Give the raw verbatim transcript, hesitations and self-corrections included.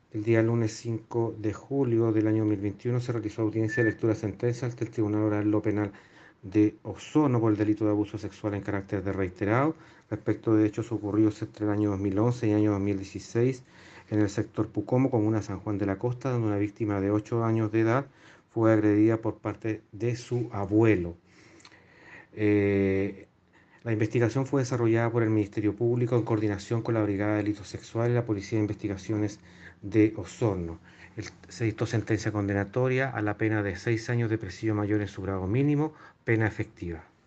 El día lunes cinco de julio del año dos mil veintiuno se realizó audiencia de lectura de sentencia ante el Tribunal Oral Lo Penal de Osorno por el delito de abuso sexual en carácter de reiterado respecto de hechos ocurridos entre el año dos mil once y el año dos mil dieciséis en el sector Pucomo, comuna de San Juan de la Costa, donde una víctima de ocho años de edad fue agredida por parte de su abuelo. Eh, la investigación fue desarrollada por el Ministerio Público en coordinación con la Brigada de Delitos Sexuales y la Policía de Investigaciones de Osorno. El- se dictó sentencia condenatoria a la pena de seis años de presidio mayor en su grado mínimo, pena efectiva.